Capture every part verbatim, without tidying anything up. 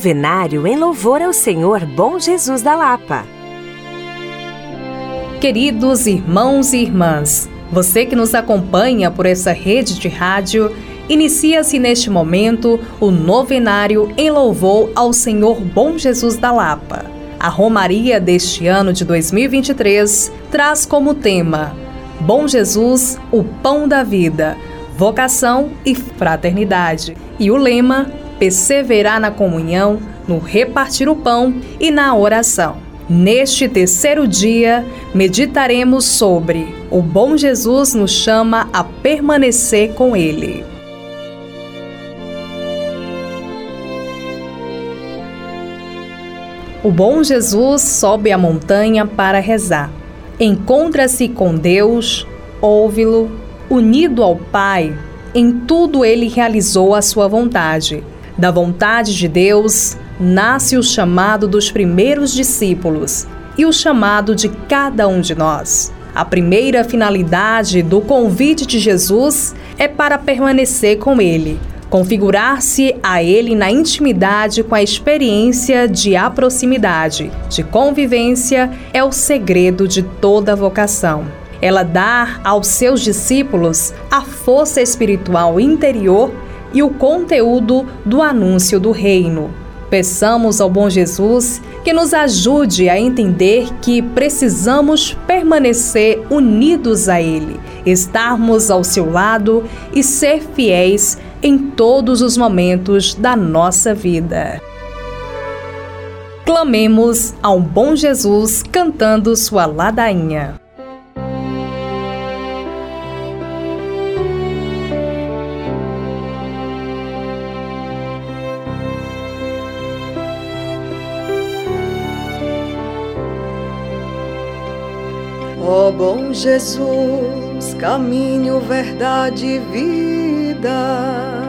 Novenário em louvor ao Senhor Bom Jesus da Lapa. Queridos irmãos e irmãs, você que nos acompanha por essa rede de rádio, inicia-se neste momento o Novenário em louvor ao Senhor Bom Jesus da Lapa. A Romaria deste ano de dois mil e vinte e três traz como tema Bom Jesus, o Pão da Vida, Vocação e Fraternidade. E o lema, perseverar na comunhão, no repartir o pão e na oração. Neste terceiro dia, meditaremos sobre o bom Jesus nos chama a permanecer com Ele. O bom Jesus sobe a montanha para rezar. Encontra-se com Deus, ouve-lo, unido ao Pai, em tudo ele realizou a sua vontade. Da vontade de Deus, nasce o chamado dos primeiros discípulos e o chamado de cada um de nós. A primeira finalidade do convite de Jesus é para permanecer com Ele, configurar-se a Ele na intimidade com a experiência de a proximidade, de convivência, é o segredo de toda vocação. Ela dá aos seus discípulos a força espiritual interior e o conteúdo do anúncio do reino. Peçamos ao bom Jesus que nos ajude a entender que precisamos permanecer unidos a Ele, estarmos ao seu lado e ser fiéis em todos os momentos da nossa vida. Clamemos ao bom Jesus cantando sua ladainha. Ó bom Jesus, caminho, verdade e vida,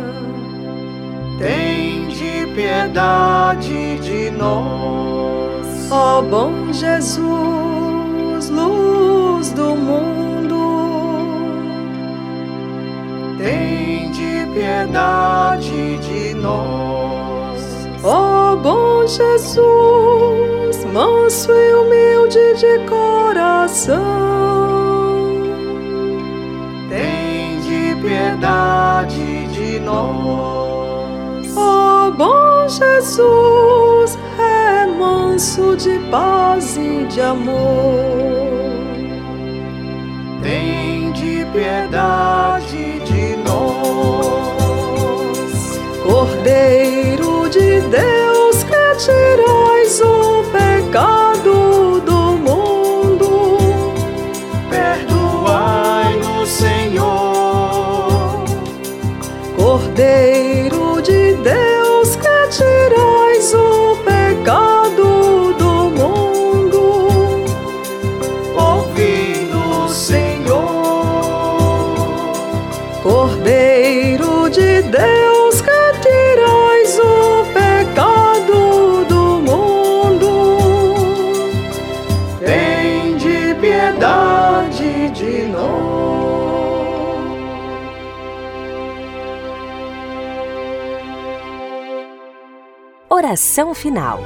tende piedade de nós. Ó bom Jesus, luz do mundo, tende piedade de nós. Ó bom Jesus, manso e humilde de coração, tende piedade de nós. Ó bom Jesus, é manso de paz e de amor, tende piedade de nós. Cordeiro de Deus, que tirais o pecado do mundo, perdoai-nos, Senhor. Cordeiro de Deus, que tirais o pecado do mundo, ouvi-nos, Senhor. Cordeiro de Deus, que tirais o pecado do mundo, tende piedade de nós. Oração final.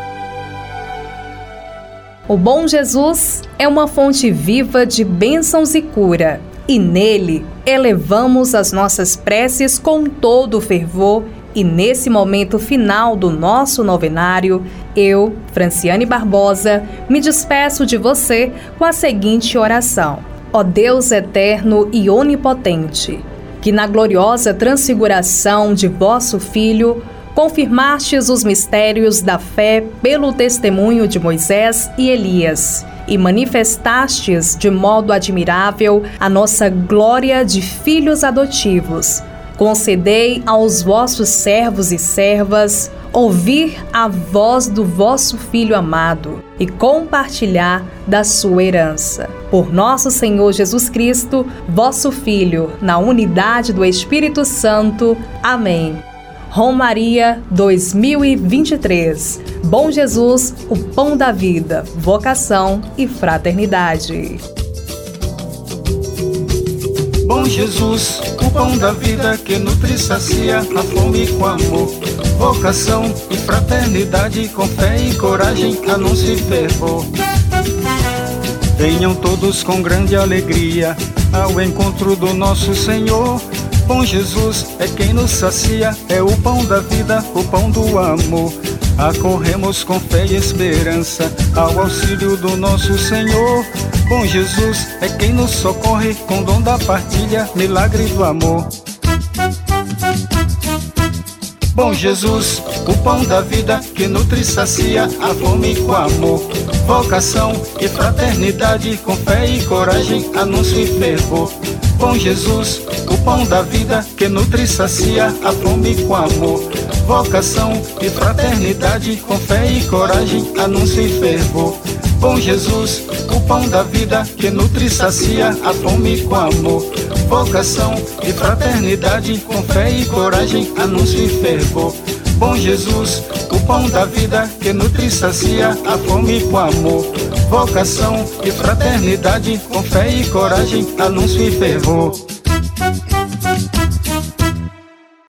O bom Jesus é uma fonte viva de bênçãos e cura, e nele elevamos as nossas preces com todo o fervor. E nesse momento final do nosso novenário, eu, Franciane Barbosa, me despeço de você com a seguinte oração. Ó Deus eterno e onipotente, que na gloriosa transfiguração de vosso Filho, confirmastes os mistérios da fé pelo testemunho de Moisés e Elias, e manifestastes de modo admirável a nossa glória de filhos adotivos. Concedei aos vossos servos e servas ouvir a voz do vosso Filho amado e compartilhar da sua herança. Por nosso Senhor Jesus Cristo, vosso Filho, na unidade do Espírito Santo. Amém. Romaria dois mil e vinte e três. Bom Jesus, o pão da vida, vocação e fraternidade. Bom Jesus, o pão da vida que nutre e sacia a fome com amor, vocação e fraternidade, com fé e coragem, anúncio e fervor. Venham todos com grande alegria ao encontro do nosso Senhor. Bom Jesus é quem nos sacia, é o pão da vida, o pão do amor. Acorremos com fé e esperança ao auxílio do nosso Senhor. Bom Jesus é quem nos socorre com dom da partilha, milagre do amor. Bom Jesus, o pão da vida que nutre e sacia a fome com amor, vocação e fraternidade, com fé e coragem, anúncio e fervor. Bom Jesus, o pão da vida que nutre e sacia a fome com amor, vocação e fraternidade, com fé e coragem, anúncio e fervor. Bom Jesus, o pão da vida que nutre e sacia a fome com amor, vocação e fraternidade, com fé e coragem, anúncio e fervor. Bom Jesus, o pão da vida que nutre e sacia a fome com amor, vocação e fraternidade, com fé e coragem, anúncio e fervor.